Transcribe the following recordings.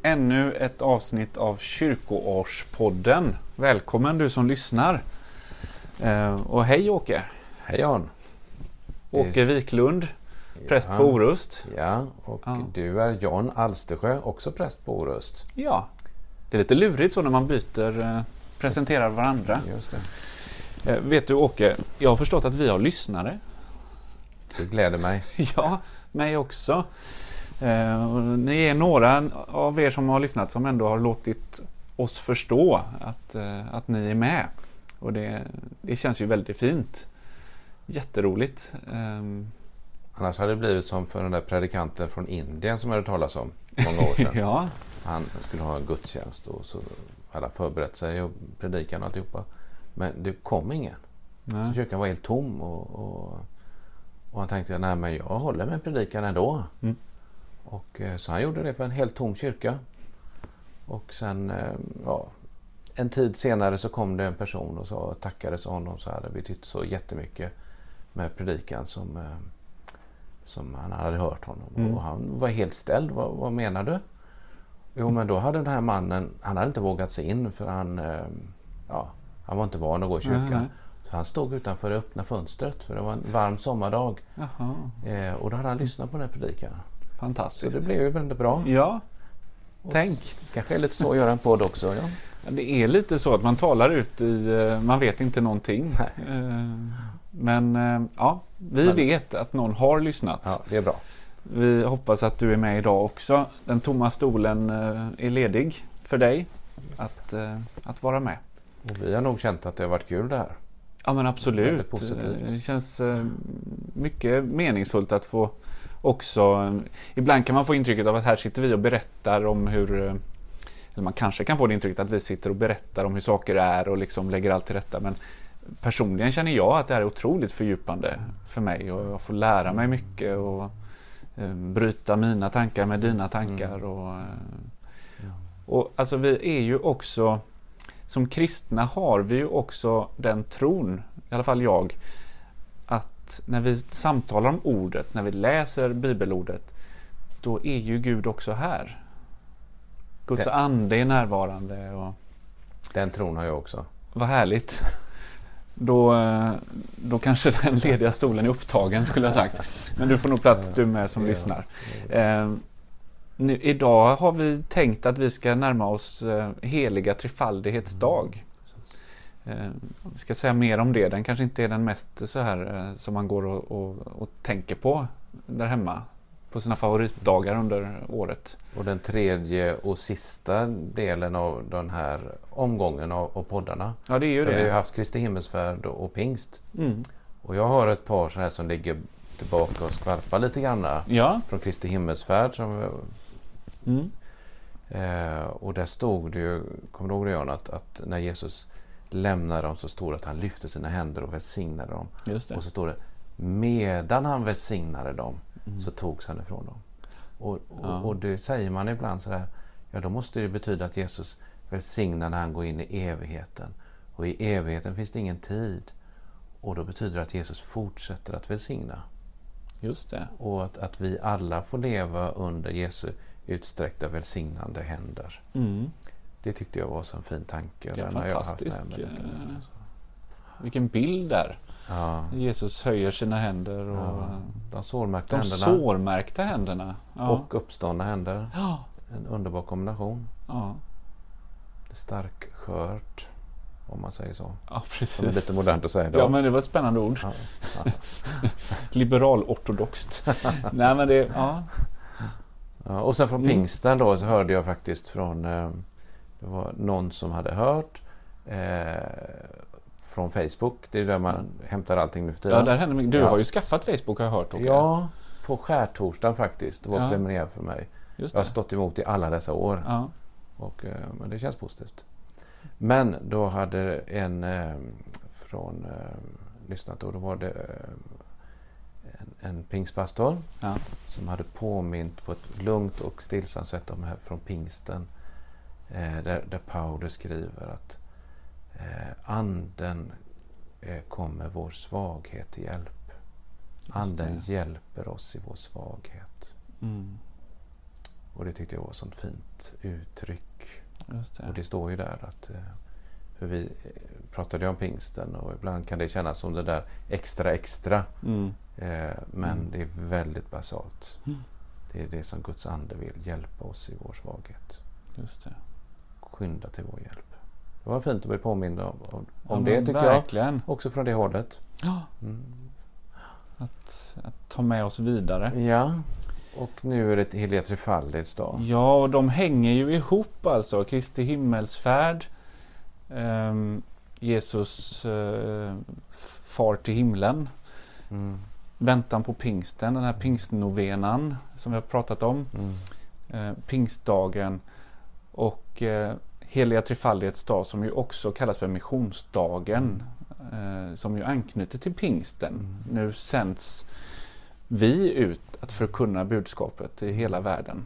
ännu ett avsnitt av Kyrkoårspodden. Välkommen du som lyssnar. Och hej Åke. Hej Jan. Åke Wiklund, präst på Orust. Ja, och du är Jan Alstersjö, också präst på Orust. Ja, det är lite lurigt så när man presenterar varandra. Just det. Vet du Åke, jag har förstått att vi har lyssnare. Det gläder mig. Ja, mig också. Ni är några av er som har lyssnat som ändå har låtit oss förstå att ni är med. Och det känns ju väldigt fint. Jätteroligt. Annars hade det blivit som för den där predikanten från Indien som jag hade talat om många år sedan. Ja. Han skulle ha en gudstjänst och så hade han förberett sig och predikan och alltihopa. Men det kom ingen. Nej. Så kyrkan var helt tom och han tänkte, nej men jag håller med predikan ändå. Mm. Och så han gjorde det för en helt tom kyrka. Och sen, en tid senare så kom det en person och tackade så honom så hade betytt så jättemycket med predikan som han hade hört honom. Mm. Och han var helt ställd. Vad menar du? Jo, men då hade den här mannen, han hade inte vågat sig in för han var inte van att gå i kyrkan. Mm. Så han stod utanför det öppna fönstret för det var en varm sommardag. Och då hade han lyssnat på den här predikan. Fantastiskt. Så det blev ju väldigt bra. Ja, tänk. Kanske är lite så att göra en podd också. Ja. Det är lite så att man talar ut man vet inte någonting. Men vi vet att någon har lyssnat. Ja, det är bra. Vi hoppas att du är med idag också. Den tomma stolen är ledig för dig att vara med. Och vi har nog känt att det har varit kul det här. Ja men absolut. Det känns mycket meningsfullt att få också. Ibland kan man få intrycket av att här sitter vi och berättar om hur, eller man kanske kan få det intrycket att vi sitter och berättar om hur saker är och liksom lägger allt till rätta. Men personligen känner jag att det här är otroligt fördjupande för mig och jag får lära mig mycket och bryta mina tankar med dina tankar. Och alltså vi är ju också, som kristna har vi ju också den tron, i alla fall jag, att när vi samtalar om ordet, när vi läser bibelordet, då är ju Gud också här. Guds ande är närvarande. Och den tron har jag också. Vad härligt. Då kanske den lediga stolen är upptagen skulle jag sagt. Men du får nog plats du med som lyssnar. Idag har vi tänkt att vi ska närma oss heliga trefaldighetsdag. Vi ska säga mer om det. Den kanske inte är den mest så här som man går och tänker på där hemma på sina favoritdagar under året. Och den tredje och sista delen av den här omgången av poddarna. Ja, det är ju det. Vi har ju haft Kristi himmelsfärd och pingst. Mm. Och jag har ett par så här som ligger tillbaka och skvalpar lite grann. Ja. Från Kristi himmelsfärd som och där stod det ju, kommer du ihåg det Jan, att när Jesus lämnade dem så stod det att han lyfte sina händer och välsignade dem. Just det. Och så står det, medan han välsignade dem så togs han ifrån dem. Och det säger man ibland så där, ja då måste det betyda att Jesus välsignar när han går in i evigheten. Och i evigheten finns det ingen tid. Och då betyder det att Jesus fortsätter att välsigna. Just det. Och att vi alla får leva under Jesu utsträckta välsignande händer. Mm. Det tyckte jag var så en fin tanke. Det är fantastiskt. Vilken bild där. Ja. Jesus höjer sina händer. Och de sårmärkta händerna. Ja. Och uppståndna händer. Ja. En underbar kombination. Ja. Stark skört, om man säger så. Ja, precis. Som är lite modernt att säga då. Ja, men det var ett spännande ord. Ja. Liberal-ortodoxt. Nej, men det... Ja. Ja, och sen från pingsten då så hörde jag faktiskt från... det var någon som hade hört... från Facebook. Det är där man hämtar allting nu för tiden. Ja, där händer mycket. Du har ju skaffat Facebook har jag hört. Ja, på skärtorsdagen faktiskt. Det var premiär för mig. Jag har stått emot i alla dessa år. Ja. Men det känns positivt. Men då hade en från lyssnat och då var det en pingstpastor som hade påmint på ett lugnt och stillsamt sätt om här från pingsten. Där Paulus skriver att anden kommer vår svaghet till hjälp. Anden hjälper oss i vår svaghet. Mm. Och det tyckte jag var ett sånt fint uttryck. Just det. Och det står ju där att för vi pratade om pingsten och ibland kan det kännas som det där extra. Men det är väldigt basalt. Det är det som Guds ande vill hjälpa oss i vår svaghet. Just det. Skynda till vår hjälp. Det var fint att bli påminna om det, tycker verkligen. Jag. Också från det hållet. Ja. Att ta med oss vidare. Ja. Och nu är det heliga trefaldighets dag. Ja, och de hänger ju ihop alltså. Kristi himmelsfärd. Jesus far till himlen. Väntan på pingsten. Den här pingstnovenan som vi har pratat om. Pingstdagen. Och heliga trefaldighets dag som ju också kallas för missionsdagen. Som ju anknyter till pingsten. Nu sänds vi ut att förkunna budskapet i hela världen.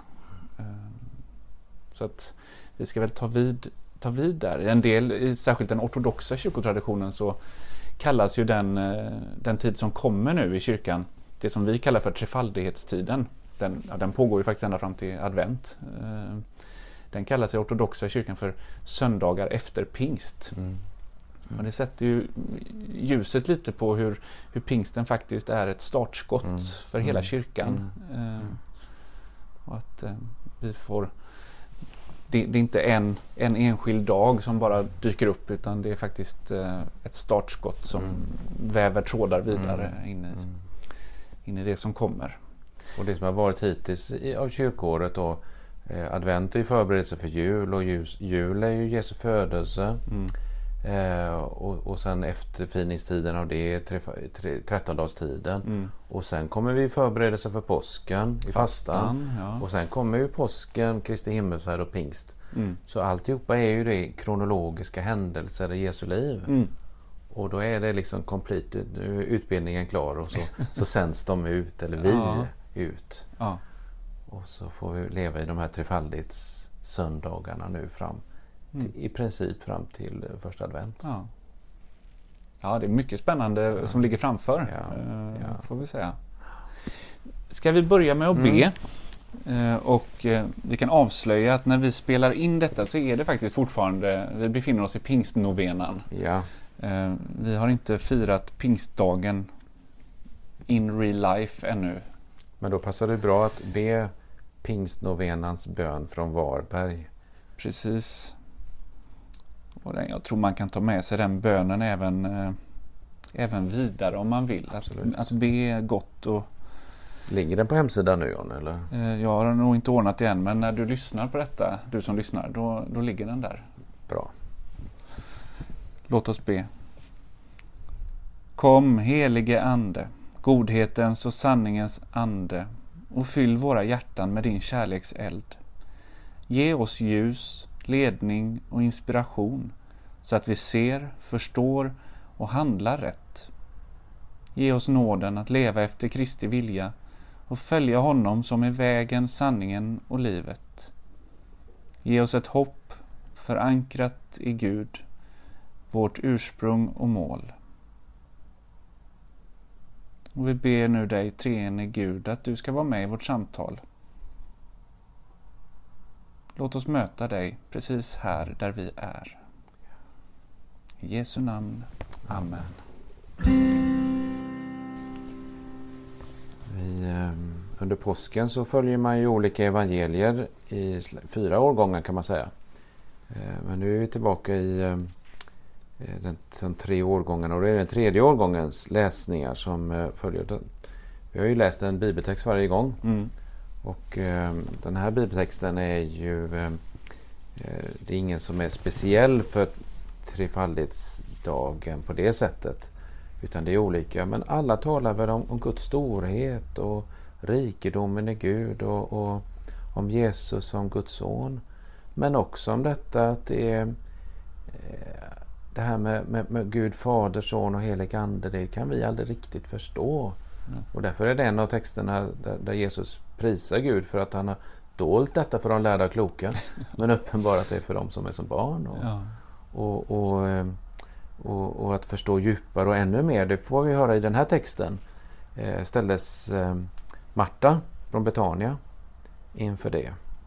Så att vi ska väl ta vid där. En del, särskilt den ortodoxa kyrkotraditionen, så kallas ju den tid som kommer nu i kyrkan, det som vi kallar för trefaldighetstiden. Den pågår ju faktiskt ända fram till advent. Den kallas i ortodoxa kyrkan för söndagar efter pingst. Och det sätter ju ljuset lite på hur pingsten faktiskt är ett startskott för hela kyrkan. Och att vi får... Det är inte en enskild dag som bara dyker upp, utan det är faktiskt ett startskott som väver trådar vidare in i det som kommer. Och det som har varit hittills av kyrkåret då, advent är ju förberedelse för jul, och jul är ju Jesu födelse. Och sen efterfiningstiden av det 13-dagstiden. Och sen kommer vi förberedelse för påsken i fastan. Ja. Och sen kommer ju påsken, Kristi himmelsfärd och pingst. Så alltihopa är ju det kronologiska händelser i Jesu liv. Och då är det liksom complete, nu är utbildningen klar, och så sänds de ut, eller vi ut. Ja. Och så får vi leva i de här trefaldighets söndagarna nu i princip fram till första advent. Ja, det är mycket spännande som ligger framför, får vi säga. Ska vi börja med att be? Och vi kan avslöja att när vi spelar in detta så är det faktiskt fortfarande, vi befinner oss i pingstnovenan. Vi har inte firat pingstdagen in real life ännu. Men då passar det bra att be pingstnovenans bön från Varberg. Precis. Och jag tror man kan ta med sig den bönen även vidare om man vill. Att be gott. Och ligger den på hemsidan nu, John, eller? Jag har nog inte ordnat det än, men när du lyssnar på detta, du som lyssnar, då ligger den där. Bra. Låt oss be. Kom, helige ande, godhetens och sanningens ande, och fyll våra hjärtan med din kärlekseld. Ge oss ljus, ledning och inspiration så att vi ser, förstår och handlar rätt. Ge oss nåden att leva efter Kristi vilja och följa honom som är vägen, sanningen och livet. Ge oss ett hopp förankrat i Gud, vårt ursprung och mål. Och vi ber nu dig, treenige Gud, att du ska vara med i vårt samtal. Låt oss möta dig precis här där vi är. I Jesu namn. Amen. Under påsken så följer man ju olika evangelier i 4 årgångar, kan man säga. Men nu är vi tillbaka i den 3 årgångarna, och det är den 3:e årgångens läsningar som följer. Vi har ju läst en bibeltext varje gång. Och den här bibeltexten är ju det är ingen som är speciell för trefaldighetsdagen på det sättet, utan det är olika, men alla talar väl om Guds storhet och rikedomen i Gud och om Jesus som Guds son, men också om detta att det är det här med Gud fader, son och helig ande, det kan vi aldrig riktigt förstå. Och därför är det en av texterna där Jesus prisar Gud för att han har dolt detta för de lärda och kloka, men uppenbarat det för dem som är som barn. Och att förstå djupare och ännu mer, det får vi höra i den här texten. Ställdes Marta från Betania inför det.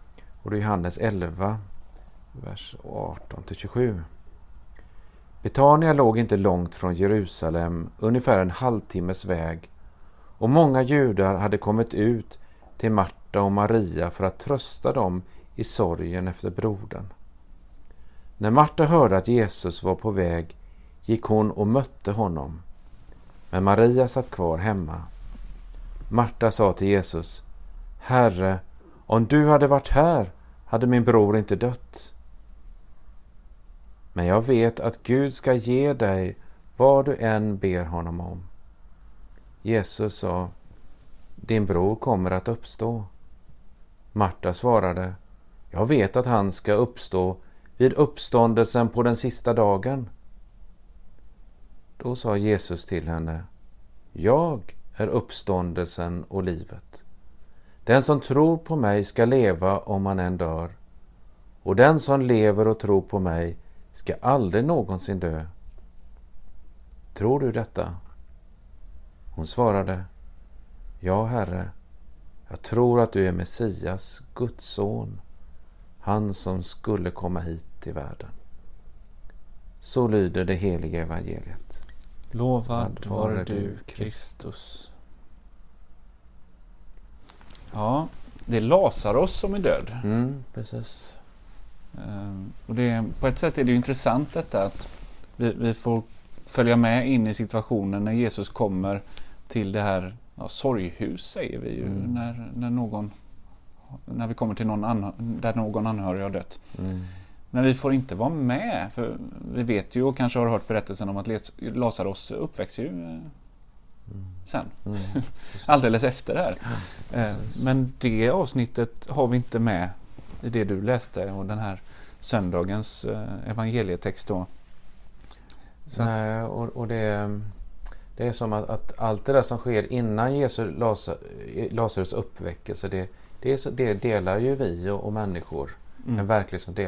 Och det är Johannes 11, vers 18-27. Betania låg inte långt från Jerusalem, ungefär en halvtimmes väg, och många judar hade kommit ut till Marta och Maria för att trösta dem i sorgen efter brodern. När Marta hörde att Jesus var på väg gick hon och mötte honom, men Maria satt kvar hemma. Marta sa till Jesus: Herre, om du hade varit här hade min bror inte dött. Men jag vet att Gud ska ge dig vad du än ber honom om. Jesus sa: Din bror kommer att uppstå. Marta svarade: Jag vet att han ska uppstå vid uppståndelsen på den sista dagen. Då sa Jesus till henne: Jag är uppståndelsen och livet. Den som tror på mig ska leva om han än dör. Och den som lever och tror på mig ska aldrig någonsin dö. Tror du detta? Hon svarade: Ja, Herre, jag tror att du är Messias, Guds son, han som skulle komma hit till världen. Så lyder det heliga evangeliet. Lovad vare du, Kristus. Ja, det är Lazarus som är död. Precis. Och på ett sätt är det ju intressant detta att vi får följa med in i situationen när Jesus kommer till det här sorghus, säger vi ju, när vi kommer till där någon anhörig har dött. Men vi får inte vara med, för vi vet ju och kanske har hört berättelsen om att Lazarus uppväxer ju sen. Alldeles efter det här. Men det avsnittet har vi inte med i det du läste och den här söndagens evangelietext då. Så. Nej, och det är som att allt det där som sker innan Lazarus uppväckelse, det delar ju vi och människor. En verklighet som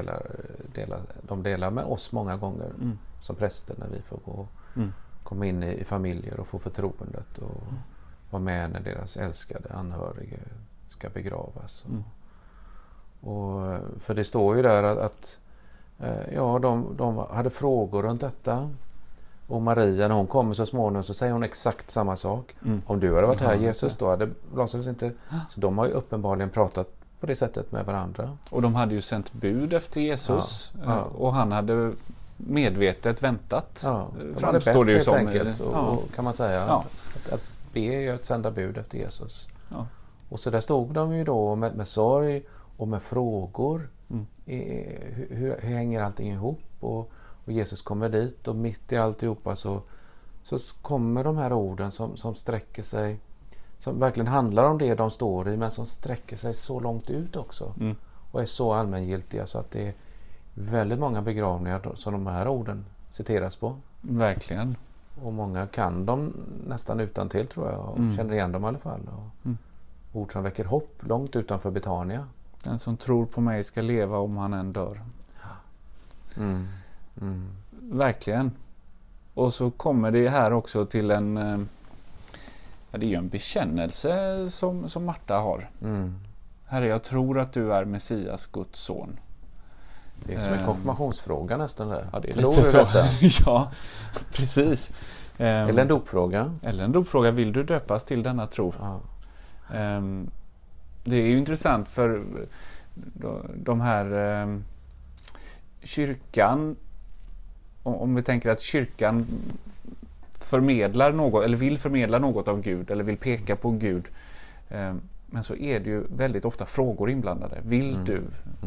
de delar med oss många gånger som präster, när vi får komma in i familjer och få förtroendet och vara med när deras älskade anhöriga ska begravas. Och för det står ju där att de hade frågor runt detta. Och Maria, när hon kommer så småningom, så säger hon exakt samma sak. Om du hade varit här, Jesus, då hade Lazarus inte. Så de har ju uppenbarligen pratat på det sättet med varandra. Och de hade ju sänt bud efter Jesus. Och han hade medvetet väntat. De hade bett helt enkelt. Och kan man säga att be är att sända bud efter Jesus. Och så där stod de ju då med sorg och med frågor. Hur hänger allting ihop? Och Jesus kommer dit, och mitt i alltihopa så kommer de här orden som sträcker sig, som verkligen handlar om det de står i, men som sträcker sig så långt ut också. Och är så allmängiltiga så att det är väldigt många begravningar som de här orden citeras på. Verkligen. Och många kan de nästan utan till, tror jag, och känner igen dem i alla fall. Och ord som väcker hopp långt utanför Betania. Den som tror på mig ska leva om han än dör. Verkligen. Och så kommer det här också till det är ju en bekännelse som Marta har. Herre, jag tror att du är Messias, Guds son. Det är som en konfirmationsfråga nästan där. Ja, det är tror lite du så. Detta? Ja, precis. Eller en dopfråga. Vill du döpas till denna tro? Det är ju intressant, för de här kyrkan, om vi tänker att kyrkan förmedlar något, eller vill förmedla något av Gud, eller vill peka på Gud, men så är det ju väldigt ofta frågor inblandade. Vill du?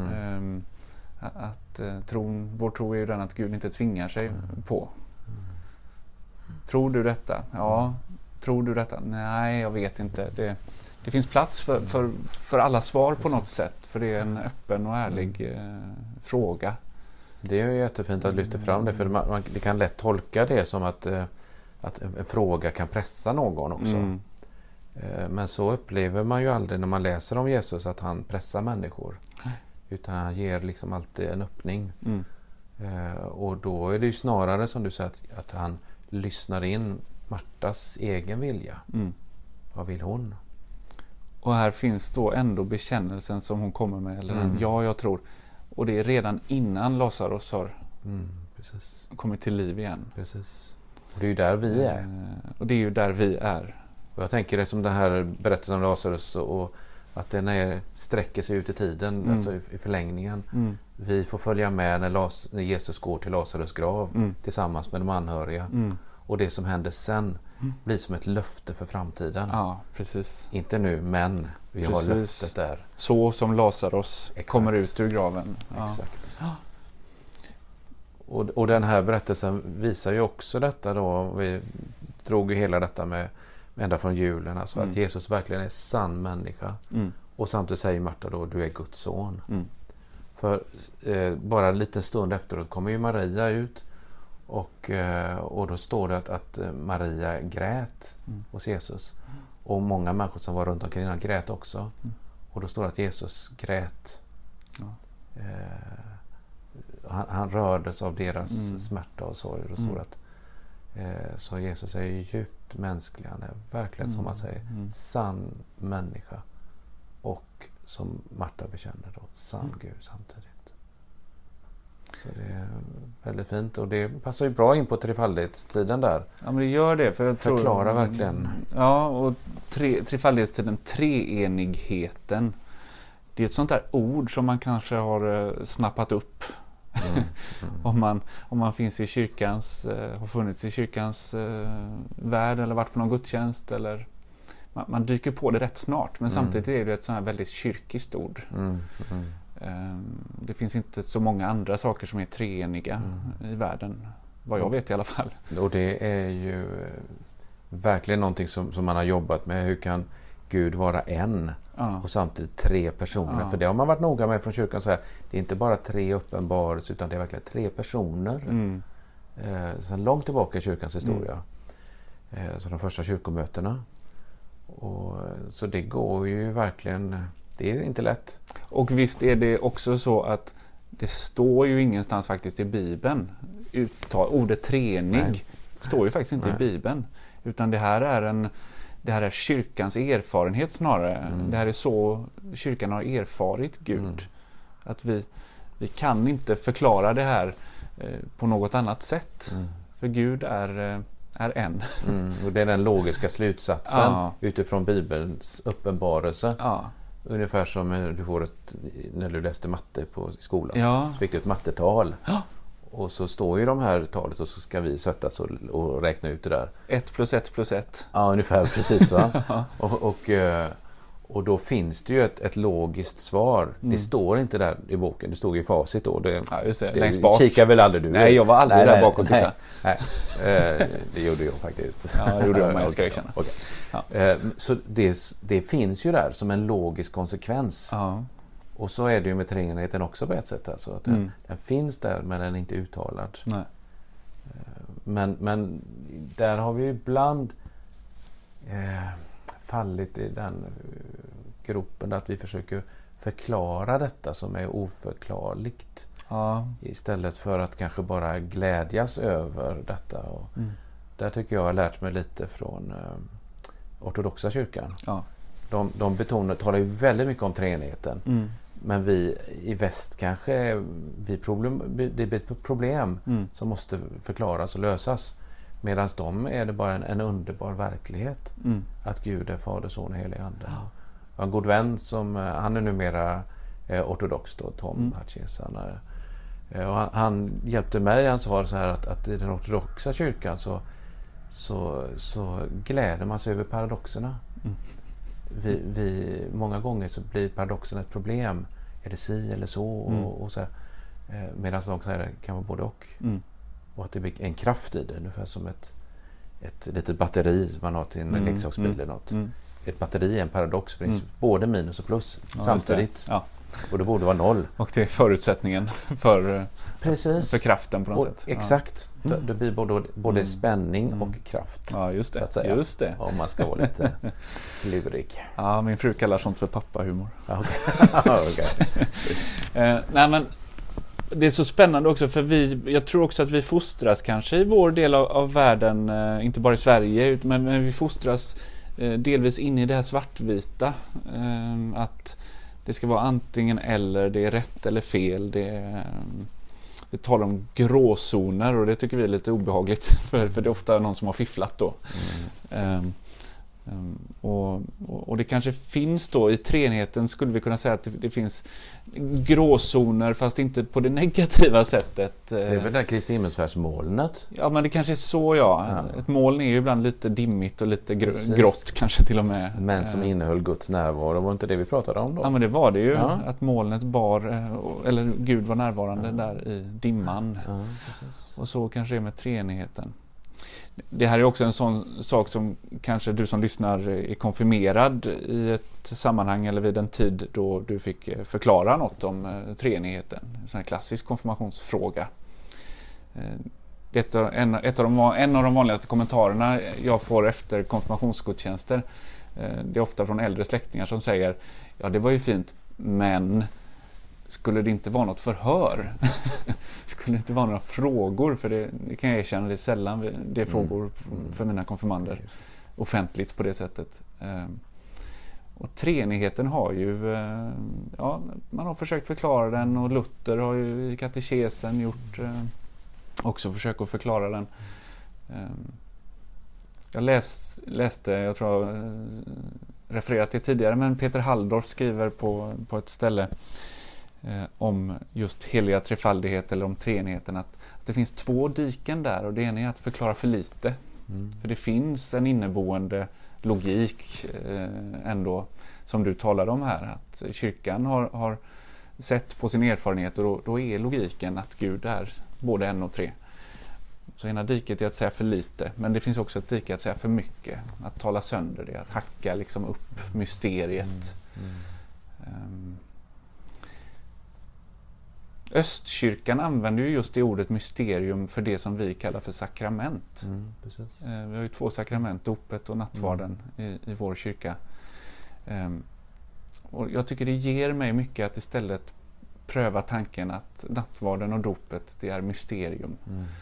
Vår tro är ju den att Gud inte tvingar sig på. Tror du detta? Ja. Tror du detta? Nej, jag vet inte. Det finns plats för alla svar på något sätt, för det är en öppen och ärlig fråga. Det är ju jättefint att lyfta fram det, för det kan lätt tolka det som att en fråga kan pressa någon också. Men så upplever man ju aldrig när man läser om Jesus, att han pressar människor. Utan han ger liksom alltid en öppning. Och då är det ju snarare, som du säger, att han lyssnar in Martas egen vilja. Vad vill hon? Och här finns då ändå bekännelsen som hon kommer med. Eller jag tror. Och det är redan innan Lazarus har kommit till liv igen. Precis. Och det är ju där vi är. Och det är ju där vi är. Och jag tänker det som den här berättelsen om Lazarus och att den sträcker sig ut i tiden, alltså i förlängningen. Vi får följa med när Jesus går till Lazarus grav tillsammans med de anhöriga. Och det som händer sen blir som ett löfte för framtiden. Ja, precis. Inte nu, men vi har löftet där. Så som Lazarus kommer ut ur graven. Ja. Exakt. Och den här berättelsen visar ju också detta då. Vi drog ju hela detta med ända från julen. Alltså att Jesus verkligen är sann människa. Och samtidigt säger Marta då, du är Guds son. För bara en liten stund efteråt kommer ju Maria ut. Och då står det att Maria grät hos Jesus. Och många människor som var runt omkring grät också. Och då står det att Jesus grät. Ja. Han rördes av deras smärta och sorg. Och står att så Jesus är ju djupt mänsklig. Han är verkligen som man säger sann människa. Och som Marta bekänner då, sann Gud samtidigt. Så det är väldigt fint. Och det passar ju bra in på trefaldighetstiden där. Ja, men det gör det. För jag förklarar verkligen. Ja, och trefaldighetstiden, treenigheten. Det är ett sånt där ord som man kanske har snappat upp. Om man finns i kyrkans, har funnits i kyrkans värld eller varit på någon gudstjänst. Eller, man dyker på det rätt snart. Men samtidigt är det ett sånt här väldigt kyrkiskt ord. Det finns inte så många andra saker som är treeniga i världen. Vad jag vet i alla fall. Och det är ju verkligen någonting som man har jobbat med. Hur kan Gud vara en och samtidigt tre personer? För det har man varit noga med från kyrkan. Så här, det är inte bara tre uppenbarelser utan det är verkligen tre personer. Sen långt tillbaka i kyrkans historia. Så de första kyrkomötena. Och, så det går ju verkligen... Det är inte lätt. Och visst är det också så att det står ju ingenstans faktiskt i Bibeln. Ordet treenig står ju faktiskt inte i Bibeln. Utan det här är kyrkans erfarenhet snarare. Det här är så kyrkan har erfarit Gud. Att vi kan inte förklara det här på något annat sätt. För Gud är en. Och det är den logiska slutsatsen utifrån Bibelns uppenbarelse. Ungefär som när du läste matte på skolan. Så fick du ett mattetal. Och så står ju de här talet och så ska vi sättas och räkna ut det där. 1 + 1 + 1. Ja, ungefär precis va. Och då finns det ju ett logiskt svar. Det står inte där i boken. Det stod i facit då. Just det, längst bak. Kikar väl aldrig du? Nej, jag var aldrig där bak och titta. Nej. Det gjorde jag faktiskt. Ja, det gjorde jag, men jag ska erkänna. Okay. Så det finns ju där som en logisk konsekvens. Och så är det ju med treenigheten också på ett sätt. Alltså, att den finns där men den är inte uttalad. Nej. Men där har vi ju ibland fallit i den gropen att vi försöker förklara detta som är oförklarligt. Istället för att kanske bara glädjas över detta. Och där tycker jag har lärt mig lite från ortodoxa kyrkan. De talar ju väldigt mycket om treenigheten. Men vi i väst kanske det blir ett problem som måste förklaras och lösas. Medan de är det bara en underbar verklighet. Att Gud är Fader, Son och Helig Ande. Jag har en god vän som, han är numera ortodox då, Tom Hatches. Han hjälpte mig, han sa så här att i den ortodoxa kyrkan så gläder man sig över paradoxerna. Många gånger så blir paradoxen ett problem. Är det si eller så? Och så här. Medan de säger det kan vara både och. Och att det blir en kraft i det. Ungefär som ett litet batteri som man har till en leksaksbil eller något. Ett batteri är en paradox. För det finns både minus och plus samtidigt. Och det borde vara 0. Och det är förutsättningen för kraften på något sätt. Exakt. Det blir både spänning och kraft. Ja, just det. Så att säga, just det. Om man ska vara lite lurig. Ja, min fru kallar sånt för pappahumor. Okay. Nej, men det är så spännande också för jag tror också att vi fostras kanske i vår del av världen, inte bara i Sverige, men vi fostras delvis inne i det här svartvita. Att det ska vara antingen eller, det är rätt eller fel. Vi talar om gråzoner och det tycker vi är lite obehagligt för det är ofta någon som har fifflat då. Och det kanske finns då i treenigheten, skulle vi kunna säga att det finns gråzoner fast inte på det negativa sättet. Det är väl det Kristi himmelsfärdsmolnet? Ja, men det kanske är så, ja. Ett moln är ju ibland lite dimmigt och lite grått kanske till och med. Men som innehöll Guds närvaro, var inte det vi pratade om då? Ja, men det var det ju. Ja. Att molnet eller Gud var närvarande där i dimman. Ja, och så kanske det är med treenigheten. Det här är också en sån sak som kanske du som lyssnar är konfirmerad i ett sammanhang eller vid en tid då du fick förklara något om treenigheten. En sån här klassisk konfirmationsfråga. En av de vanligaste kommentarerna jag får efter konfirmationsgudstjänster, det är ofta från äldre släktingar som säger: ja, det var ju fint, men skulle det inte vara något förhör? Skulle det inte vara några frågor? För det kan jag erkänna, det är sällan det är frågor för mina konfirmander offentligt på det sättet. Och treenigheten har ju, man har försökt förklara den, och Luther har ju i katekesen gjort också försök att förklara den. Jag läste, jag tror jag refererat till tidigare, men Peter Halldorf skriver på ett ställe om just heliga trefaldighet eller om treenigheten att det finns 2 diken där, och det ena är att förklara för lite. För det finns en inneboende logik ändå som du talade om här, att kyrkan har sett på sin erfarenhet, och då är logiken att Gud är både 1 och 3. Så ena diket är att säga för lite, men det finns också ett dike att säga för mycket, att tala sönder det, att hacka liksom upp mysteriet. Östkyrkan använder ju just det ordet mysterium för det som vi kallar för sakrament. Vi har ju 2 sakrament, dopet och nattvarden i vår kyrka. Och jag tycker det ger mig mycket att istället pröva tanken att nattvarden och dopet, det är mysterium.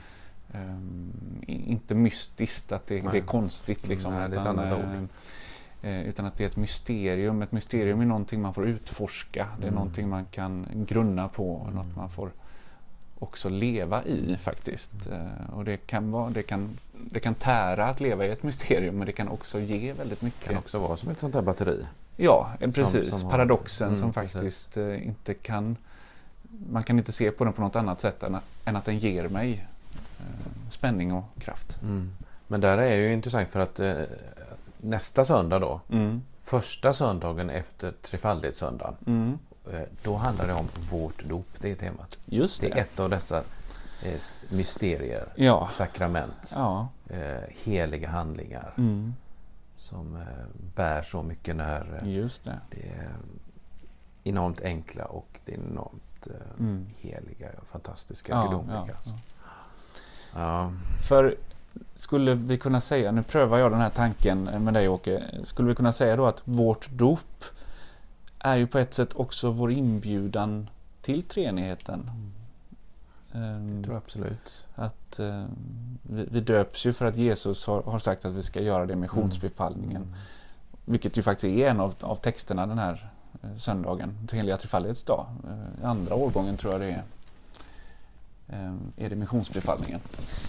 Inte mystiskt, att det är konstigt liksom. Nej, utan att det är ett mysterium. Ett mysterium är någonting man får utforska. Det är någonting man kan grunna på. Något man får också leva i faktiskt. Och det kan tära att leva i ett mysterium, men det kan också ge väldigt mycket. Det kan också vara som ett sånt här batteri. Ja, precis. Paradoxen som faktiskt inte kan... Man kan inte se på den på något annat sätt än att den ger mig spänning och kraft. Men där är ju intressant för att nästa söndag då, första söndagen efter trefaldighetssöndagen, då handlar det om vårt dop, det är temat. Just det. Det är ett av dessa mysterier, sakrament, heliga handlingar som bär så mycket när Just det. Det är enormt enkla och det är enormt heliga och fantastiska, gudomliga. Ja. För skulle vi kunna säga, nu prövar jag den här tanken med dig Åke, skulle vi kunna säga då att vårt dop är ju på ett sätt också vår inbjudan till treenigheten? Det tror jag absolut. Att vi döps ju för att Jesus har sagt att vi ska göra det, missionsbefallningen. Vilket ju faktiskt är en av texterna den här söndagen, till heliga trefaldighetsdag. Andra årgången tror jag det är det missionsbefallningen.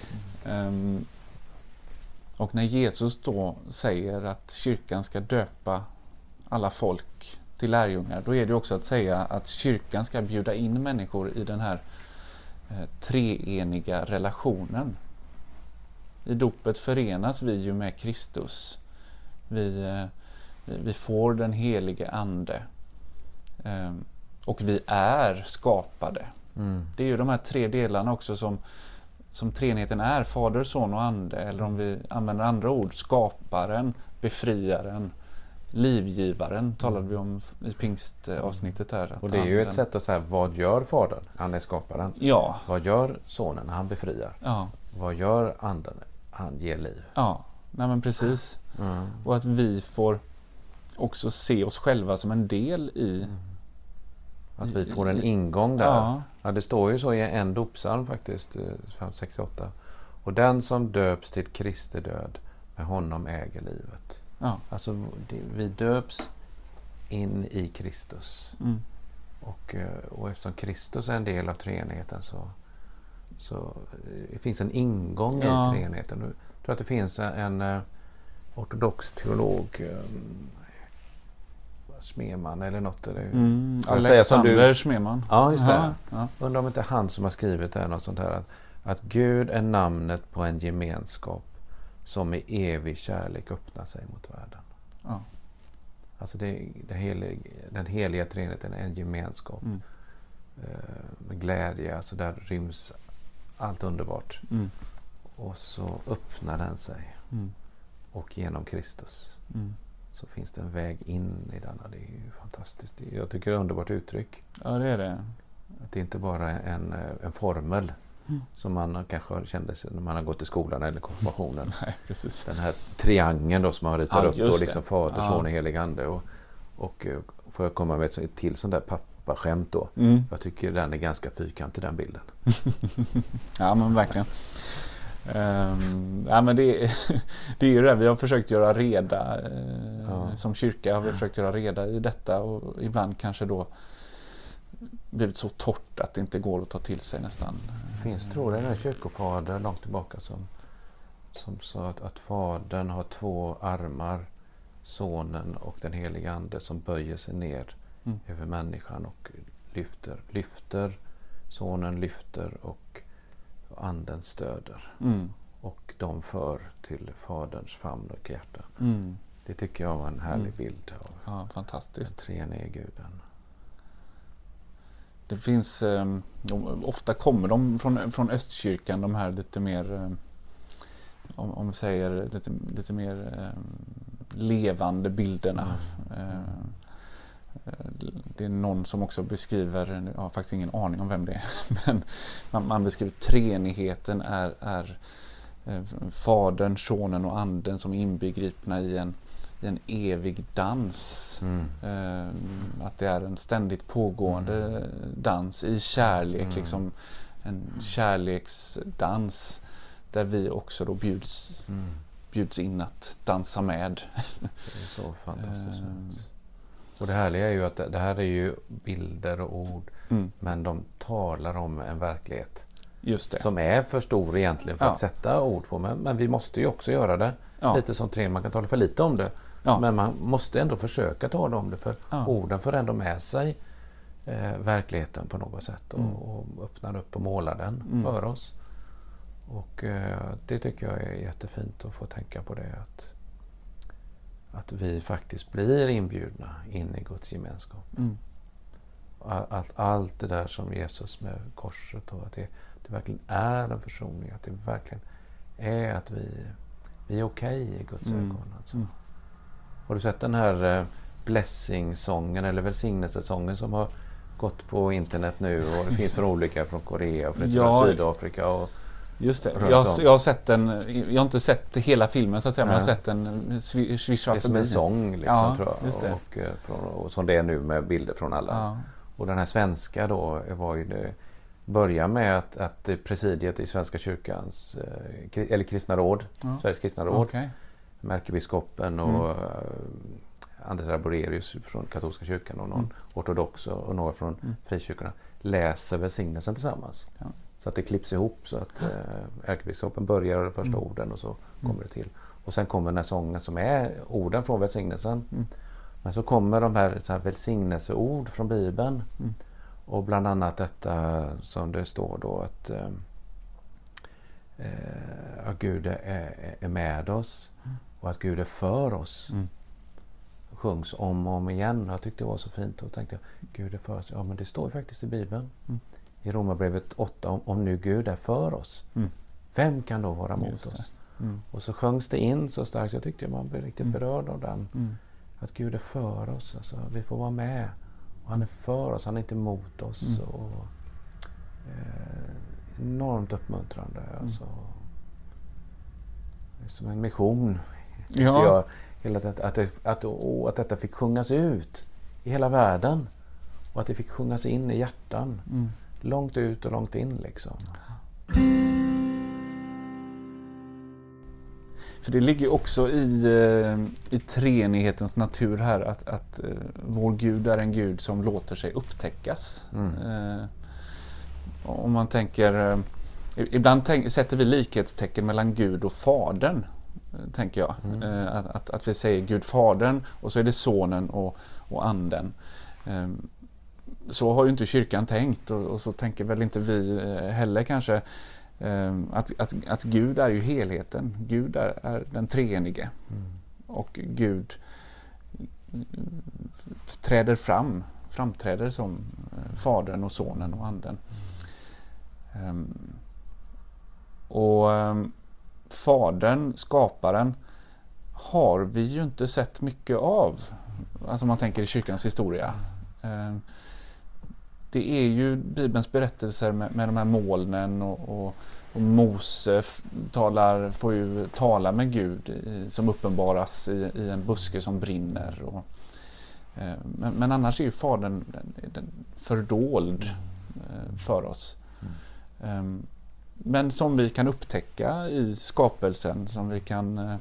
Och när Jesus då säger att kyrkan ska döpa alla folk till lärjungar, då är det också att säga att kyrkan ska bjuda in människor i den här treeniga relationen. I dopet förenas vi ju med Kristus. Vi får den helige ande. Och vi är skapade. Det är ju de här 3 delarna också som treenigheten är, Fader, Son och Ande, eller om vi använder andra ord, skaparen, befriaren, livgivaren talade vi om i pingstavsnittet här. Och det är ju ett sätt att säga, vad gör Fadern? Han är skaparen. Ja. Vad gör Sonen? Han befriar. Ja. Vad gör Anden? Han ger liv. Ja, nej men precis. Och att vi får också se oss själva som en del i... Att vi får en ingång där. Ja, det står ju så i en dopsalm faktiskt, 568. Och den som döps till Kristi död, med honom äger livet. Ja. Alltså vi döps in i Kristus. Och eftersom Kristus är en del av treenigheten så det finns en ingång i treenigheten. Jag tror att det finns en ortodox teolog, Smeman eller något. Alexander Smeman. Ja, just det. Ja. Undrar om inte han som har skrivit det här något sånt här. Att Gud är namnet på en gemenskap som i evig kärlek öppnar sig mot världen. Ja. Alltså den heliga treenigheten är en gemenskap med glädje. Alltså där ryms allt underbart. Och så öppnar den sig. Och genom Kristus så finns det en väg in i denna. Det är ju fantastiskt. Jag tycker det är ett underbart uttryck. Ja, det är det. Att det inte bara är en formel som man kanske kände sig när man har gått i skolan eller konfirmationen. Nej, precis. Den här triangeln då som man ritar upp då, liksom Fader, Son och Helig Ande. Och får jag komma med ett till sån där pappaskämt då. Jag tycker den är ganska fyrkantig, den bilden. Ja, men verkligen. Ja, men det är ju det. Vi har försökt göra reda som kyrka har vi försökt göra reda i detta, och ibland kanske då blivit så torrt att det inte går att ta till sig nästan. Det finns, tror jag, en kyrkofader långt tillbaka som sa att fadern har 2 armar, sonen och den heliga ande, som böjer sig ner över människan och lyfter. Sonen lyfter och anden stöder. Och de för till faderns famn och hjärta. Det tycker jag var en härlig bild av fantastiskt. Den treenige guden. Det finns ofta kommer de från östkyrkan, de här lite mer om vi säger lite mer levande bilderna. Det är någon som också beskriver, jag har faktiskt ingen aning om vem det är, men man beskriver treenigheten är fadern, sonen och anden som är inbegripna i en evig dans. Att det är en ständigt pågående dans i kärlek, liksom en kärleksdans där vi också då bjuds in att dansa med. Det är så fantastiskt. Och det härliga är ju att det här är ju bilder och ord, men de talar om en verklighet som är för stor egentligen för att sätta ord på. Men vi måste ju också göra det. Lite som man kan tala för lite om det. Men man måste ändå försöka tala om det, för orden får ändå med sig verkligheten på något sätt och öppnar upp och målar den för oss. Och det tycker jag är jättefint att få tänka på det, att vi faktiskt blir inbjudna in i Guds gemenskap. Allt det där som Jesus med korset, och att det verkligen är en försoning, att det verkligen är att vi är okej i Guds ögon. Alltså. Har du sett den här blessing-sången eller välsignelsesången som har gått på internet nu, och det finns från olika, från Korea och från Sydafrika och just det. Jag har sett den. Jag har inte sett hela filmen så att säga, men jag har sett den swisha förbi. Det är som en sång liksom, tror jag. Just det. Och som det är nu med bilder från alla. Och den här svenska då var ju det, börja med att presidiet i Svenska kyrkans eller kristna råd, Sveriges kristna råd, med ärkebiskopen och Anders Arborelius från katolska kyrkan och någon ortodox och några från frikyrkorna läser välsignelsen tillsammans. Så att det klipps ihop, så att ärkebiskopen börjar de första orden och så kommer det till. Och sen kommer den här sången som är orden från välsignelsen. Men så kommer de här, så här välsignelseord från Bibeln. Och bland annat detta som det står då att Gud är med oss och att Gud är för oss. Sjungs om och om igen. Jag tyckte det var så fint, och tänkte Gud är för oss. Ja, men det står ju faktiskt i Bibeln. I Romarbrevet 8 om nu Gud är för oss. Vem kan då vara mot oss? Och så sjöngs det in så starkt. Jag tyckte man blev riktigt berörd av den. Att Gud är för oss. Alltså, vi får vara med. Och han är för oss. Han är inte emot oss. Och, enormt uppmuntrande. Alltså, som en mission. Jag, att detta fick sjungas ut i hela världen. Och att det fick sjungas in i hjärtan. Långt ut och långt in liksom. För det ligger också i treenighetens natur här att vår Gud är en Gud som låter sig upptäckas. Om man tänker, ibland sätter vi likhetstecken mellan Gud och Fadern, tänker jag. Att vi säger Gud Fadern och så är det Sonen och Anden. Så har ju inte kyrkan tänkt och så tänker väl inte vi heller kanske. Att Gud är ju helheten. Gud är den treenige. Och Gud framträder som Fadern och Sonen och Anden. Fadern, skaparen, har vi ju inte sett mycket av. Alltså om man tänker i kyrkans historia. Det är ju Bibelns berättelser med de här molnen och Mose får ju tala med Gud som uppenbaras i en buske som brinner. Men annars är ju Fadern den fördold för oss. Men som vi kan upptäcka i skapelsen, som vi kan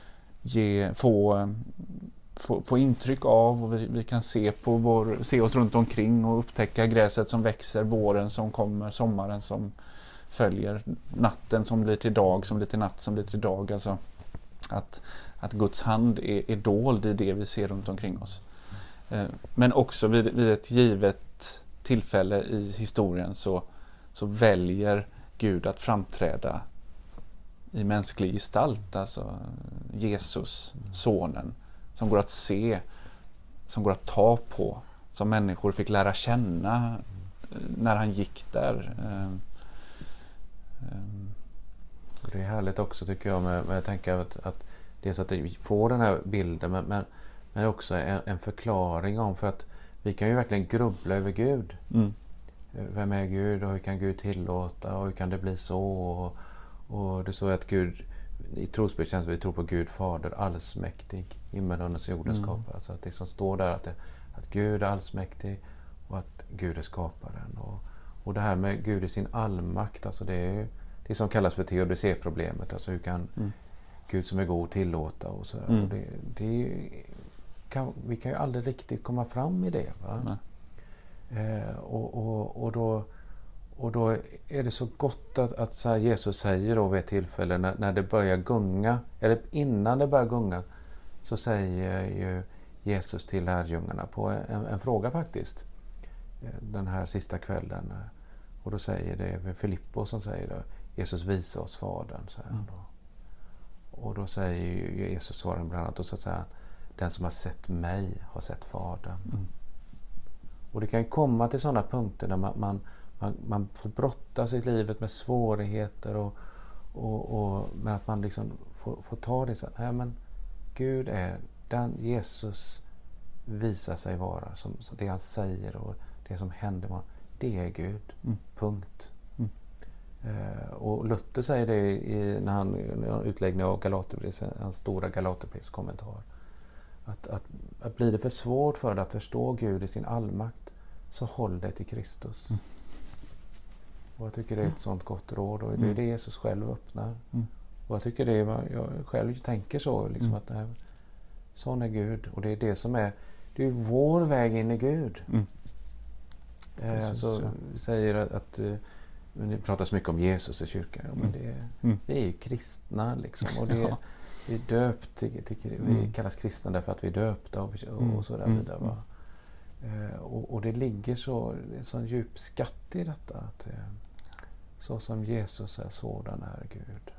få intryck av, och vi kan se oss runt omkring och upptäcka gräset som växer, våren som kommer, sommaren som följer, natten som blir till dag, som blir till natt, som blir till dag. Alltså att Guds hand är dold i det vi ser runt omkring oss. Men också vid ett givet tillfälle i historien så väljer Gud att framträda i mänsklig gestalt, alltså Jesus, sonen, som går att se, som går att ta på, som människor fick lära känna när han gick där. Det är härligt också, tycker jag, med jag tänker att det är så att vi får den här bilden, men också en förklaring om, för att vi kan ju verkligen grubbla över Gud. Vem är Gud och hur kan Gud tillåta och hur kan det bli så, och det står att Gud i trosbekännelsen, vi tror på Gud Fader allsmäktig, himmelen och jorden skapare. Alltså att det som står där att Gud är allsmäktig och att Gud är skaparen, och det här med Gud i sin allmakt, alltså det är det som kallas för teodicéproblemet, alltså hur kan Gud som är god tillåta och så där. Och vi kan ju aldrig riktigt komma fram i det, va? Och då är det så gott att så här Jesus säger då vid ett tillfälle när det börjar gunga, eller innan det börjar gunga, så säger ju Jesus till lärjungarna på en fråga faktiskt, den här sista kvällen, och då säger det Filippos som säger då, Jesus visar oss Fadern, så här då. Och då säger ju Jesus svaren bland annat, och så säger han, den som har sett mig har sett Fadern. Och det kan ju komma till sådana punkter där man får brottas i livet med svårigheter men att man liksom får ta det så här, men Gud är den Jesus visar sig vara, som det han säger och det som händer, det är Gud. Punkt. Och Luther säger det när han utläggning av Galaterbrevet, hans stora Galaterbrevskommentar, att blir det för svårt för dig att förstå Gud i sin allmakt, så håll dig till Kristus. Och jag tycker det är ett sånt gott råd, och det är det Jesus själv öppnar. Och jag tycker jag själv tänker så, liksom att sån är Gud, och det är det som är vår väg in i Gud. Så vi säger att det pratas mycket om Jesus i kyrkan, men vi är ju kristna liksom, och det vi är döpt vi kallas kristna därför att vi är döpta och så där vidare, va? Och det ligger så djup skatt i detta, att så som Jesus är, sådan är Gud.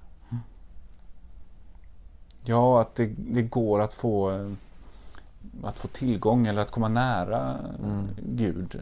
Ja, att det går att få tillgång eller att komma nära Gud.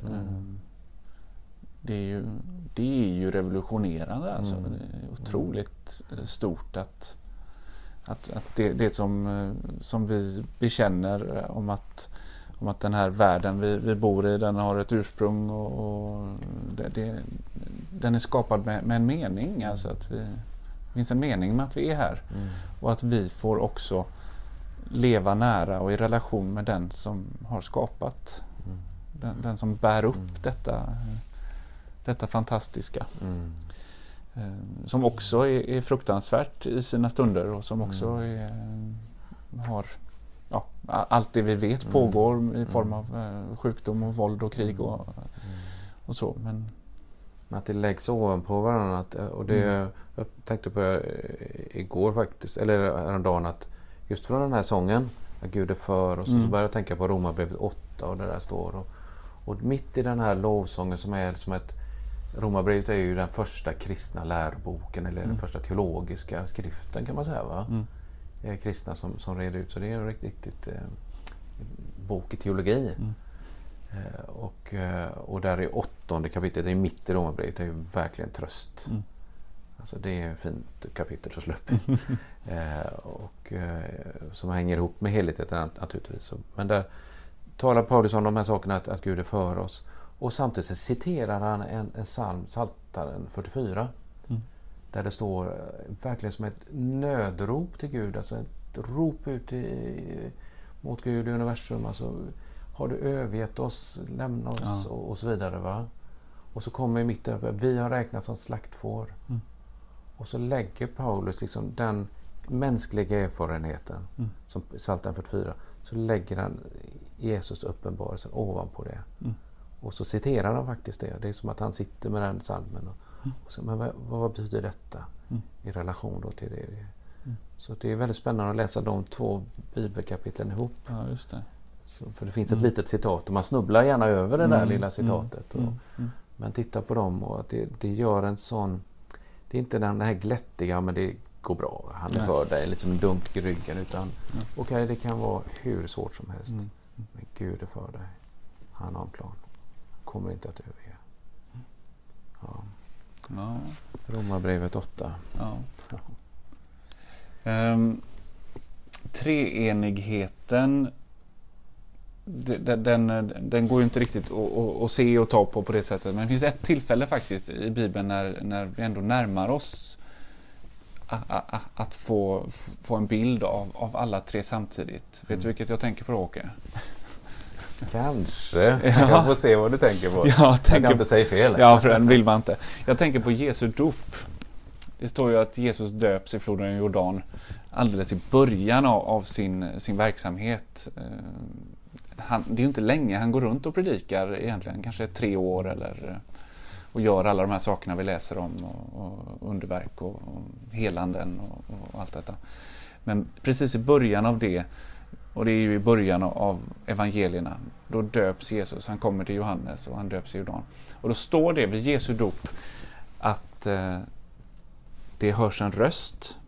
Det är ju revolutionerande, alltså. Det är otroligt stort att det som vi bekänner om att den här världen vi bor i, den har ett ursprung, och den är skapad med en mening, alltså att det finns en mening med att vi är här, och att vi får också leva nära och i relation med den som har skapat, den som bär upp detta fantastiska. som också är fruktansvärt i sina stunder och som också har allt det vi vet pågår i form av sjukdom och våld och krig och så. Men att det läggs ovanpå varandra. Och det, jag tänkte på det igår faktiskt, eller häromdagen, att just från den här sången, att Gud är för oss, så började jag tänka på Romarbrevet 8 och det där står. Och mitt i den här lovsången som är som ett... Romarbrevet är ju den första kristna läroboken, eller den första teologiska skriften kan man säga, va? Kristna som reder ut, så det är en riktigt bok i teologi. Och där är 8:e kapitlet, det är mitt i Romarbrevet, det är ju verkligen tröst. Alltså det är ett fint kapitel så släpp. Som hänger ihop med helheten naturligtvis. Men där talar Paulus om de här sakerna, att Gud är för oss. Och samtidigt så citerar han en psalm, Psaltaren 44. Där det står verkligen som ett nödrop till Gud. Alltså ett rop ut mot Gud i universum. Alltså, har du övergett oss, lämna oss och så vidare, va? Och så kommer mitt där, vi har räknat som slaktfår. Och så lägger Paulus liksom den mänskliga erfarenheten som Psaltaren 44, så lägger han Jesus uppenbarelsen ovanpå det. Och så citerar han faktiskt det. Det är som att han sitter med den psalmen. Och så, men vad betyder detta i relation då till det? Så det är väldigt spännande att läsa de två bibelkapitlen ihop. Ja, just det. Så, för det finns ett litet citat och man snubblar gärna över det där lilla citatet. Men titta på dem och att det gör en sån... Det är inte den här glättiga, men det går bra. Han är för dig, lite som en dunk i ryggen. Utan okej, det kan vara hur svårt som helst. Men Gud är för dig. Han har en plan. Kommer inte att överge. Ja. Romarbrevet 8. Treenigheten, den går ju inte riktigt att se och ta på det sättet. Men det finns ett tillfälle faktiskt i Bibeln när vi ändå närmar oss att få en bild av alla tre samtidigt. Vet du vilket jag tänker på, Åke? Kanske. Jag får se vad du tänker på. Jag kan inte säga fel. Ja, för den vill man inte. Jag tänker på Jesu dop. Det står ju att Jesus döps i floden Jordan alldeles i början av sin verksamhet. Det är ju inte länge han går runt och predikar egentligen. Kanske 3 år och gör alla de här sakerna vi läser om. Och underverk och helanden och allt detta. Men precis i början av det, och det är ju i början av evangelierna, då döps Jesus. Han kommer till Johannes och han döps i Jordan. Och då står det vid Jesu dop att det hörs en röst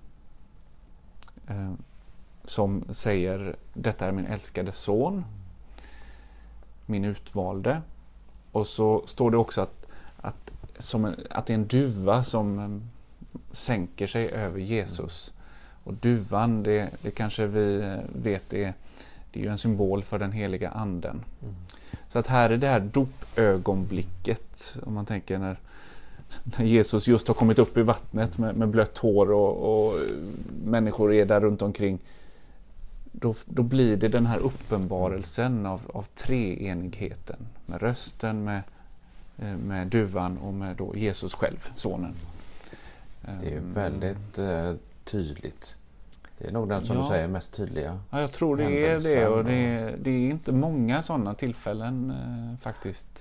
som säger: detta är min älskade son, min utvalde. Och så står det också att det är en duva som sänker sig över Jesus. Och duvan, det kanske vi vet, det är ju en symbol för den heliga anden. Så att här är det här dopögonblicket, om man tänker när Jesus just har kommit upp i vattnet med blött hår och människor är där runt omkring. Då blir det den här uppenbarelsen av treenigheten, med rösten, med duvan och med då Jesus själv, sonen. Det är väldigt tydligt. Det är nog den som du säger mest tydliga. Ja, jag tror det är det, och det är inte många sådana tillfällen faktiskt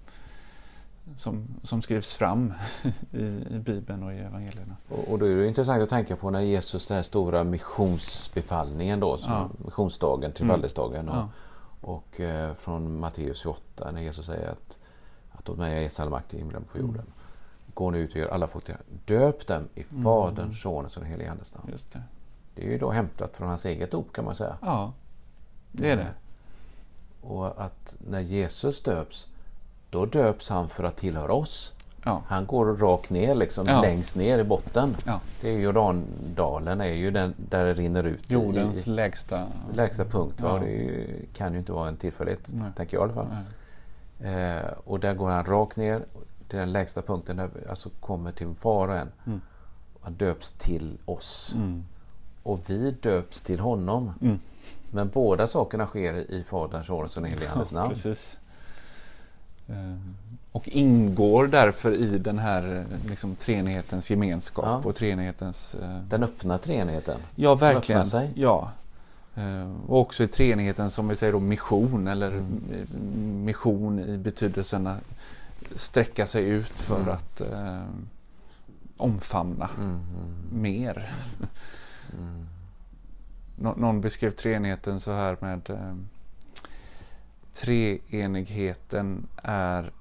som skrivs fram i Bibeln och i evangelierna. Och då är det intressant att tänka på när Jesus, den här stora missionsbefallningen då, missionsdagen, trefaldighetsdagen, och från Matteus 28, när Jesus säger att åt mig är ett all makt i himlen på jorden. Gå nu ut och gör alla folk till döp dem i Faderns, Sonens och den helige Andes namn. Just det. Det är ju då hämtat från hans eget dop, kan man säga. Ja, det är det. Och att när Jesus döps, då döps han för att tillhöra oss. Ja. Han går rakt ner, liksom längst ner i botten. Ja. Det är ju Jordandalen, är ju den där det rinner ut. Jordens lägsta punkt. Ja. Det kan ju inte vara en tillfällighet, tänker jag i alla fall. Och där går han rakt ner till den lägsta punkten, där vi alltså kommer till var och en. Han döps till oss. Och vi döps till honom. Men båda sakerna sker i Faderns, Sonens och den helige Andes namn. Precis. Och ingår därför i den här liksom, treenighetens gemenskap och treenighetens... Den öppna treenigheten. Ja, verkligen. Ja. Och också i treenigheten som vi säger då mission, eller mission i betydelsen att sträcka sig ut för att omfamna mer. Någon beskrev treenigheten så här med treenigheten är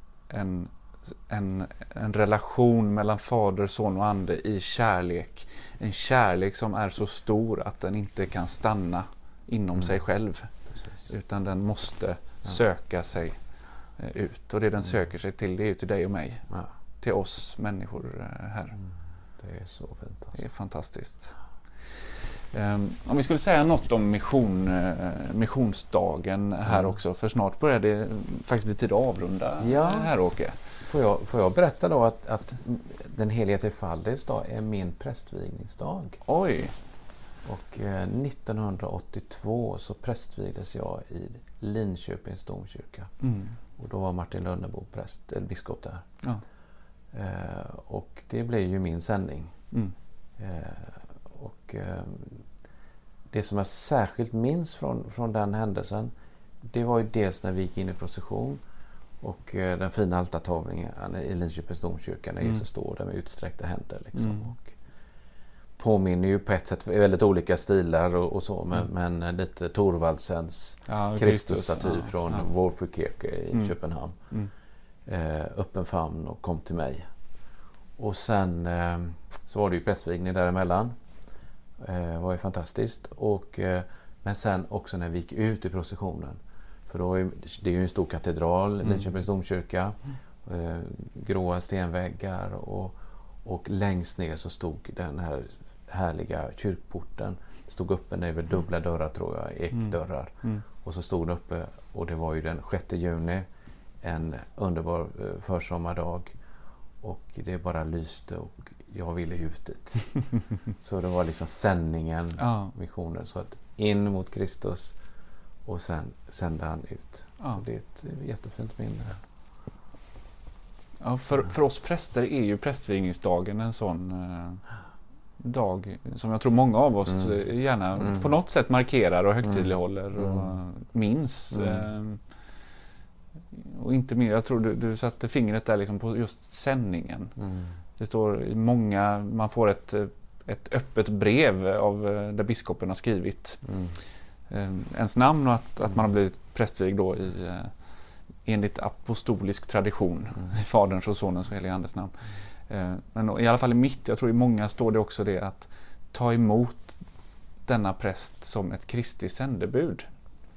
en relation mellan fader, son och ande i kärlek. En kärlek som är så stor att den inte kan stanna inom sig själv. Precis. Utan den måste söka sig ut. Och det den söker sig till, det är ju till dig och mig. Ja. Till oss människor här. Det är så fint. Alltså. Det är fantastiskt. Om vi skulle säga något om missionsdagen här också, för snart börjar det faktiskt bli tid att avrunda här, Åke. Får jag berätta då att den heliga trefaldighets dag är min prästvigningsdag. Oj! Och 1982 så prästvigdes jag i Linköpings domkyrka. Och då var Martin Lönnebo biskop där. Ja. Och det blev ju min sändning. Och det som jag särskilt minns från den händelsen, det var ju dels när vi gick in i procession och den fina altartavlingen i Linköpings domkyrka när Jesus står där med utsträckta händer liksom. Och påminner ju på ett sätt väldigt olika stilar och så, men lite Thorvaldsens Kristusstaty från Wolfkirke i Köpenhamn. Öppen famn och kom till mig. Och sen så var det ju prästvigning däremellan. Var ju fantastiskt. Och, men sen också när vi gick ut i processionen. För då det är ju en stor katedral, Linköpings domkyrka. Gråa stenväggar och längst ner så stod den här härliga kyrkporten. Stod uppe över dubbla dörrar, tror jag, ekdörrar. Och så stod den uppe, och det var ju den 6 juni. En underbar försommardag. Och det bara lyste och jag ville ut dit. Så det var liksom sändningen, missionen. Så att in mot Kristus och sen sände han ut. Så det är ett jättefint minne. Ja, för oss präster är ju prästvigningsdagen en sån dag som jag tror många av oss gärna på något sätt markerar och högtidlighåller och minns. Och inte mer, jag tror du satte fingret där liksom på just sändningen. Det står i många, man får ett öppet brev av där biskopen har skrivit ens namn och att man har blivit prästvigd då enligt apostolisk tradition i Faderns och Sonens och Helige Andes namn. Men i alla fall i mitt, jag tror i många står det också det att ta emot denna präst som ett Kristi sändebud.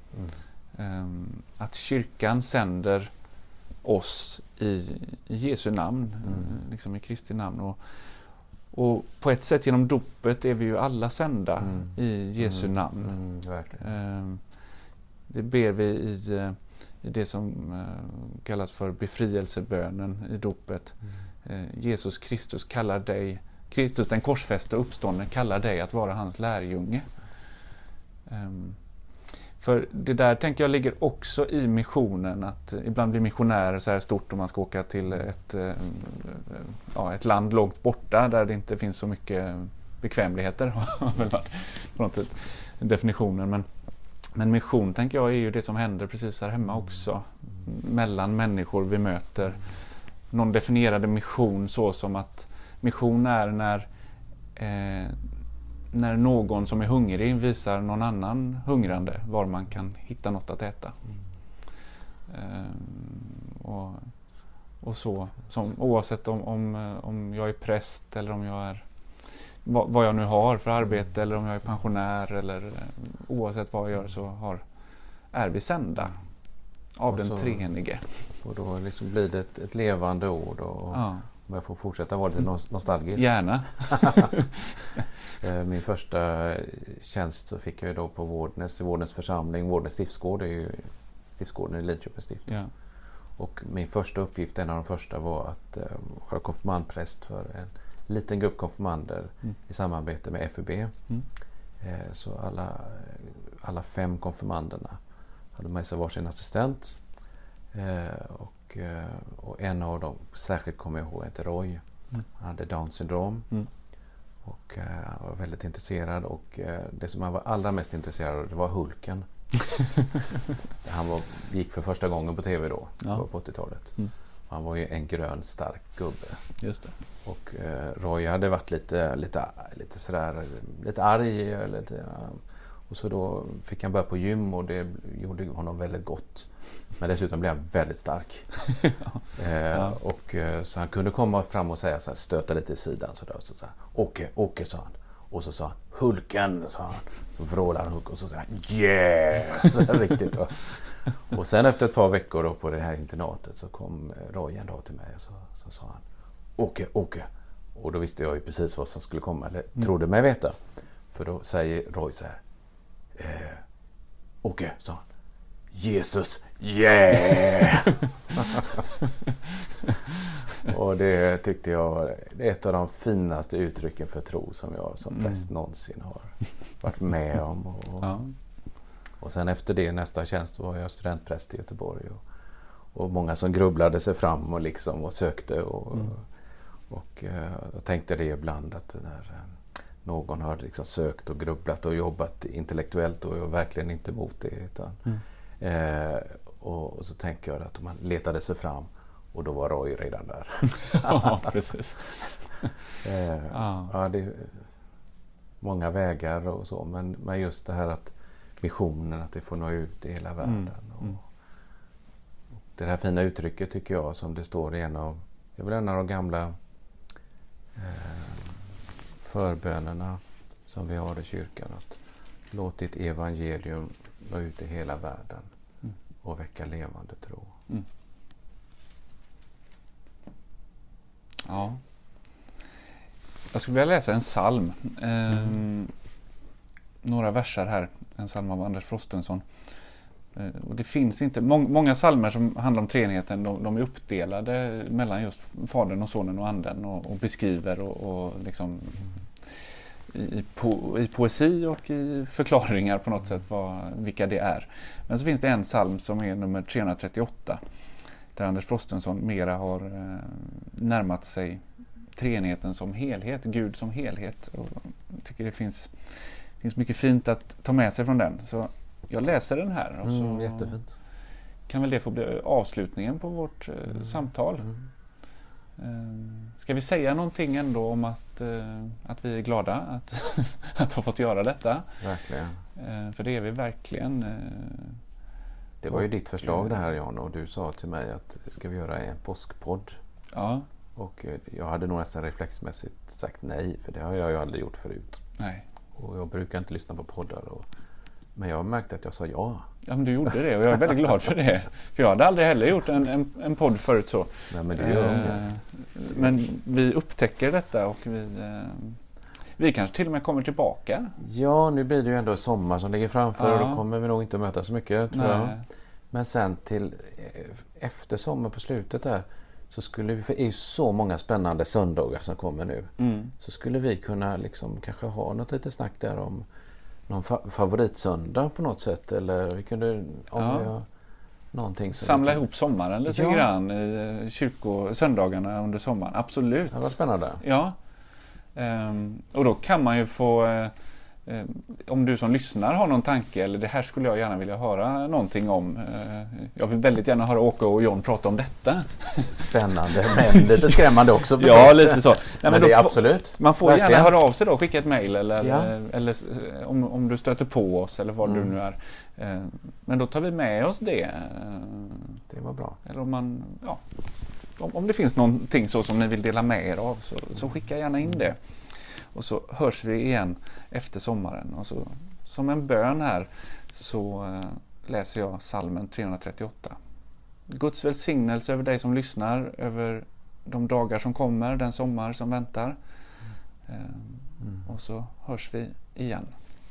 Att kyrkan sänder oss i Jesu namn, liksom i Kristi namn. Och på ett sätt genom dopet är vi ju alla sända i Jesu namn. Det ber vi i det som kallas för befrielsebönen i dopet. Jesus Kristus kallar dig, Kristus den korsfäste uppstånden kallar dig att vara hans lärjunge. För det där tänker jag ligger också i missionen, att ibland blir missionärer så här stort om man ska åka till ett land långt borta där det inte finns så mycket bekvämligheter på något sätt, definitionen. Men mission tänker jag är ju det som händer precis här hemma också, mellan människor vi möter. Någon definierade mission så som att mission är när någon som är hungrig visar någon annan hungrande var man kan hitta något att äta. Och så, oavsett om jag är präst eller om jag är vad jag nu har för arbete eller om jag är pensionär eller oavsett vad jag gör så är vi sända av den treenige. Och då liksom blir det ett levande ord och om jag får fortsätta vara lite nostalgisk. Gärna. Min första tjänst så fick jag då på Vårdnäs församling. Vårdnäs stiftsgård är ju stiftsgården i Lidköpings stift. Ja. Och min första uppgift, en av de första, var att vara konfirmandpräst för en liten grupp konfirmander i samarbete med FUB. Så alla 5 konfirmanderna hade med sig varsin assistent. Och en av dem särskilt kommer jag ihåg heter Roy. Han hade Downs syndrom. Och var väldigt intresserad. Och det som han var allra mest intresserad av, det var Hulken. Han gick för första gången på tv då. På 80-talet. Han var ju en grön stark gubbe. Just det. Och Roy hade varit lite sådär, lite arg. Och så då fick han börja på gym och det gjorde honom väldigt gott. Men dessutom blev han väldigt stark. Och så han kunde komma fram och säga så här, stöta lite i sidan så där, och så sa Åke, sa han. Och så sa han, Hulken, sa han. Så vrålade han Hulk och så sa han, yeah! Så där, riktigt då. Och sen efter ett par veckor då på det här internatet så kom Roy en dag till mig och så sa han, Åke. Och då visste jag ju precis vad som skulle komma, eller trodde mig veta. För då säger Roy så här, Åke, sa han. Jesus, yeah! Och det tyckte jag det är ett av de finaste uttrycken för tro som jag som präst någonsin har varit med om. Och sen efter det, nästa tjänst, var jag studentpräst i Göteborg. Och många som grubblade sig fram och liksom och sökte. Och jag tänkte det ibland att när någon har liksom sökt och grubblat och jobbat intellektuellt och jag verkligen inte emot det. Utan, och så tänker jag att man letade sig fram och då var Roy redan där. Ja, precis. Ja, det är många vägar och så. Men just det här att missionen, att det får nå ut i hela världen. Och det här fina uttrycket tycker jag som det står i en av de gamla förbönerna som vi har i kyrkan, att låt ditt evangelium nå ut i hela världen och väcka levande tro. Ja. Jag skulle vilja läsa en psalm. Några versar här. En psalm av Anders Frostenson. Och det finns inte många psalmer som handlar om treenigheten, de är uppdelade mellan just Fadern och Sonen och Anden och beskriver och liksom i poesi och i förklaringar på något sätt vilka det är. Men så finns det en psalm som är nummer 338 där Anders Frostenson mera har närmat sig treenigheten som helhet, Gud som helhet, och jag tycker det finns mycket fint att ta med sig från den. Så jag läser den här och så jättefint. Kan väl det få bli avslutningen på vårt samtal. Ska vi säga någonting ändå om att vi är glada att ha fått göra detta? Verkligen. För det är vi verkligen. Det var ju ditt förslag det här, Jan, och du sa till mig att ska vi göra en påskpodd? Ja. Och jag hade nog nästan reflexmässigt sagt nej, för det har jag ju aldrig gjort förut. Nej. Och jag brukar inte lyssna på poddar. Men jag märkte att jag sa ja. Ja, men du gjorde det och jag är väldigt glad för det. För jag hade aldrig heller gjort en podd förut så. Nej, men det gör det. Men vi upptäcker detta och vi kanske till och med kommer tillbaka. Ja, nu blir det ju ändå sommar som ligger framför och då kommer vi nog inte att möta så mycket, tror jag. Men sen till efter sommar på slutet där så skulle vi, för det är ju så många spännande söndagar som kommer nu. Så skulle vi kunna liksom kanske ha något lite snack där om någon favoritsöndag på något sätt, eller vi kunde någonting som samla ihop sommaren lite grann i söndagarna under sommaren. Absolut. Det var spännande. Ja. Och då kan man ju få om du som lyssnar har någon tanke eller det här skulle jag gärna vilja höra någonting om. Jag vill väldigt gärna höra Åke och John prata om detta. Spännande, men lite skrämmande också. Ja, lite så. Nej, men det är absolut. Man får verkligen gärna höra av sig då, skicka ett mejl eller om du stöter på oss eller vad du nu är. Men då tar vi med oss det. Det var bra. Eller om det finns någonting så som ni vill dela med er av så skicka gärna in det. Och så hörs vi igen efter sommaren. Och så, som en bön här så läser jag psalmen 338. Guds välsignelse över dig som lyssnar, över de dagar som kommer, den sommar som väntar. Och så hörs vi igen.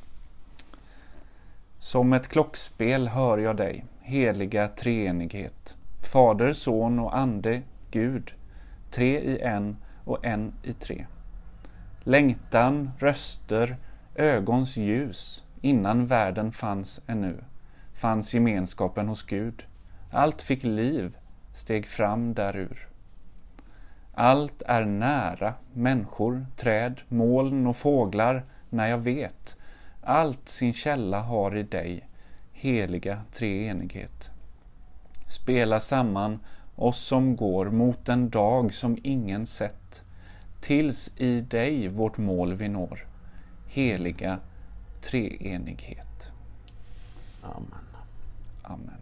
Som ett klockspel hör jag dig, heliga treenighet. Fader, son och ande, Gud, tre i en och en i tre. Längtan, röster, ögons ljus, innan världen fanns ännu, fanns gemenskapen hos Gud. allt fick liv, steg fram därur. Allt är nära, människor, träd, moln och fåglar, när jag vet. Allt sin källa har i dig, heliga treenighet. Spela samman oss som går mot en dag som ingen sett, tills i dig vårt mål vi når, heliga treenighet. Amen. Amen.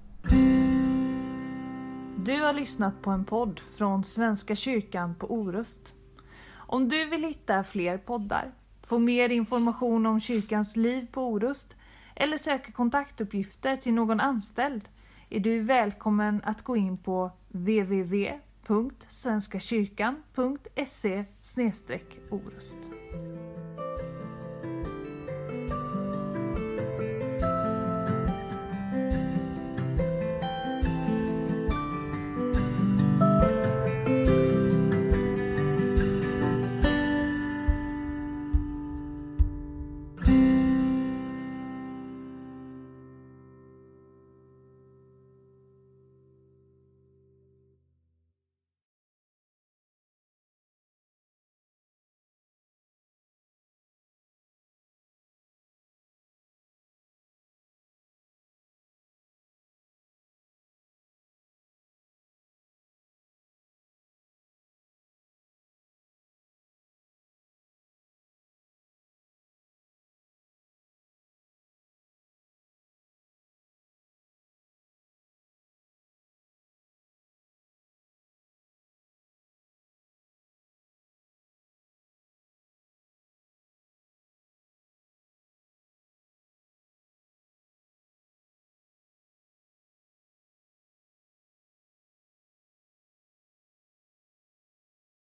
Du har lyssnat på en podd från Svenska kyrkan på Orust. Om du vill hitta fler poddar, få mer information om kyrkans liv på Orust eller söka kontaktuppgifter till någon anställd, är du välkommen att gå in på www.svenskakyrkan.se/orust.